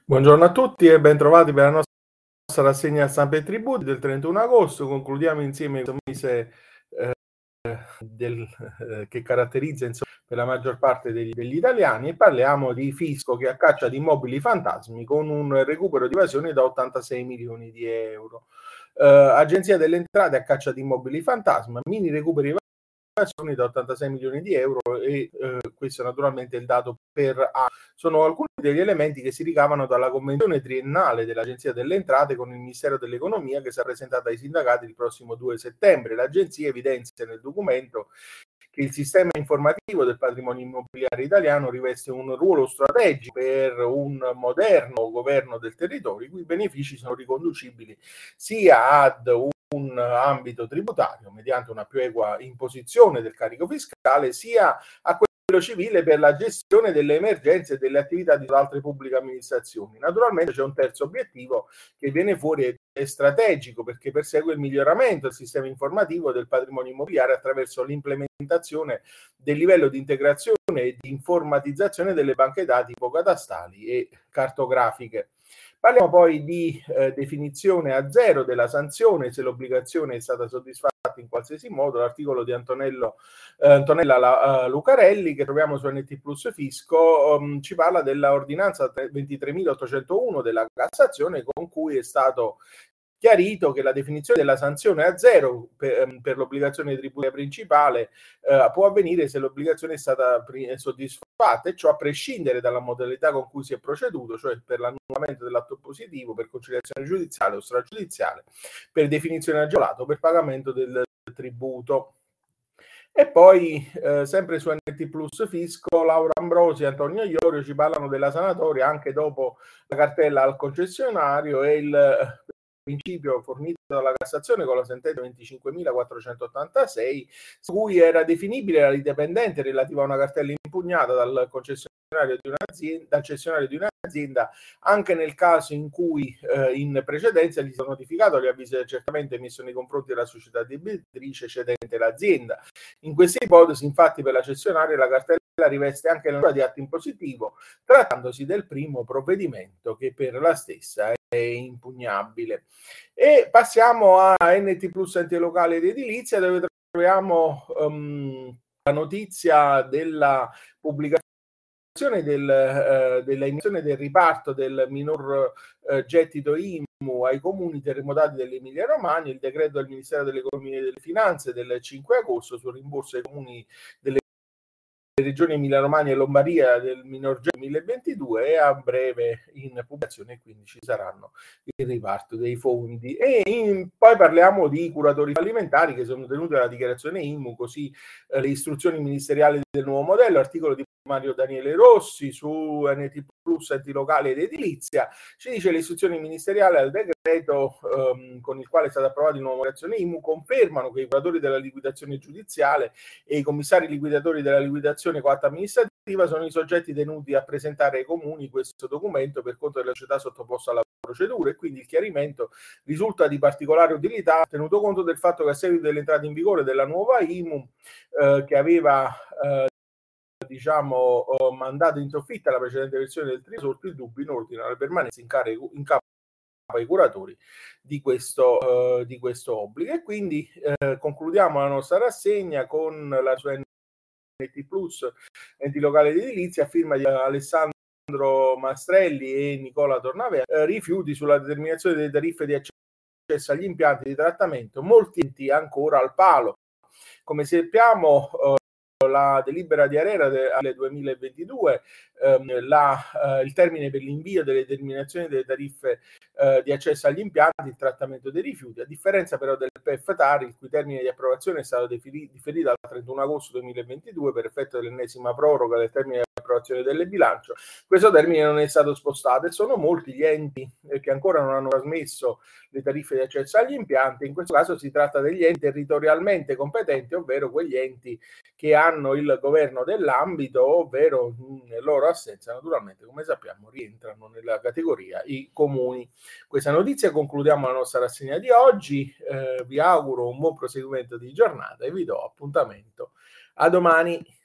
Buongiorno a tutti e bentrovati per la nostra rassegna stampa e tributi del 31 agosto. Concludiamo insieme questo mese che caratterizza per la maggior parte degli italiani e parliamo di fisco che a caccia di immobili fantasmi con un recupero di evasione da 86 milioni di euro. Agenzia delle Entrate a caccia di immobili fantasma, mini recuperi da 86 milioni di euro e questo naturalmente è il dato per A. Sono alcuni degli elementi che si ricavano dalla convenzione triennale dell'Agenzia delle Entrate con il Ministero dell'Economia che sarà presentata ai sindacati il prossimo 2 settembre. L'Agenzia evidenzia nel documento che il sistema informativo del patrimonio immobiliare italiano riveste un ruolo strategico per un moderno governo del territorio, i cui benefici sono riconducibili sia ad un ambito tributario mediante una più equa imposizione del carico fiscale, sia a quello civile per la gestione delle emergenze e delle attività di altre pubbliche amministrazioni. Naturalmente c'è un terzo obiettivo che viene fuori è strategico perché persegue il miglioramento del sistema informativo del patrimonio immobiliare attraverso l'implementazione del livello di integrazione e di informatizzazione delle banche dati catastali e cartografiche. Parliamo poi di definizione a zero della sanzione se l'obbligazione è stata soddisfatta in qualsiasi modo. L'articolo di Antonella Lucarelli che troviamo su NT Plus Fisco ci parla della ordinanza 23.801 della Cassazione con cui è stato chiarito che la definizione della sanzione a zero per l'obbligazione tributaria principale può avvenire se l'obbligazione è stata soddisfatta e ciò a prescindere dalla modalità con cui si è proceduto, cioè per l'annullamento dell'atto positivo, per conciliazione giudiziale o stragiudiziale, per definizione agevolata o per pagamento del tributo. E poi, sempre su NT Plus Fisco, Laura Ambrosi e Antonio Iorio ci parlano della sanatoria anche dopo la cartella al concessionario e il principio fornito dalla Cassazione con la sentenza 25.486, su cui era definibile la lite pendente relativa a una cartella impugnata dal concessionario di un'azienda, dal cessionario di un'azienda, anche nel caso in cui in precedenza gli sono notificato gli avvisi di accertamento emesso nei confronti della società debitrice cedente l'azienda. In questa ipotesi, infatti, per la cessionaria la cartella riveste anche la natura di atto impositivo, trattandosi del primo provvedimento che per la stessa è impugnabile. E passiamo a NT Plus Ente Locale ed Edilizia, dove troviamo la notizia della pubblicazione della emissione del riparto del minor gettito IMU ai comuni terremotati dell'Emilia Romagna, il decreto del Ministero dell'Economia e delle Finanze del 5 agosto sul rimborso ai comuni delle regioni Emilia Romagna e Lombardia del minor gettito 2022 è a breve in pubblicazione, quindi ci saranno il riparto dei fondi. Poi parliamo di curatori fallimentari che sono tenuti alla dichiarazione IMU, così le istruzioni ministeriali del nuovo modello, articolo di Mario Daniele Rossi su NT Plus Enti Locali ed Edilizia, ci dice le istruzioni ministeriali al decreto con il quale è stata approvata la nuova operazione IMU confermano che i curatori della liquidazione giudiziale e i commissari liquidatori della liquidazione coatta amministrativa sono i soggetti tenuti a presentare ai comuni questo documento per conto della società sottoposta alla procedura e quindi il chiarimento risulta di particolare utilità tenuto conto del fatto che a seguito dell'entrata in vigore della nuova IMU che aveva mandato in soffitta la precedente versione del TRI sorti il dubbio in ordine alla permanenza in capo ai curatori di questo obbligo. E quindi concludiamo la nostra rassegna con la sua NT Plus, Enti Locali di Edilizia, a firma di Alessandro Mastrelli e Nicola Tornavera, rifiuti sulla determinazione delle tariffe di accesso agli impianti di trattamento, molti enti ancora al palo. Come sappiamo, la delibera di ARERA del 2022, il termine per l'invio delle determinazioni delle tariffe di accesso agli impianti, il trattamento dei rifiuti, a differenza però del PF Tari, il cui termine di approvazione è stato differito al 31 agosto 2022 per effetto dell'ennesima proroga del termine di approvazione del bilancio. Questo termine non è stato spostato e sono molti gli enti che ancora non hanno trasmesso le tariffe di accesso agli impianti. In questo caso si tratta degli enti territorialmente competenti, ovvero quegli enti che hanno il governo dell'ambito, ovvero in loro assenza naturalmente, come sappiamo, rientrano nella categoria i comuni. Questa notizia concludiamo la nostra rassegna di oggi, vi auguro un buon proseguimento di giornata e vi do appuntamento a domani.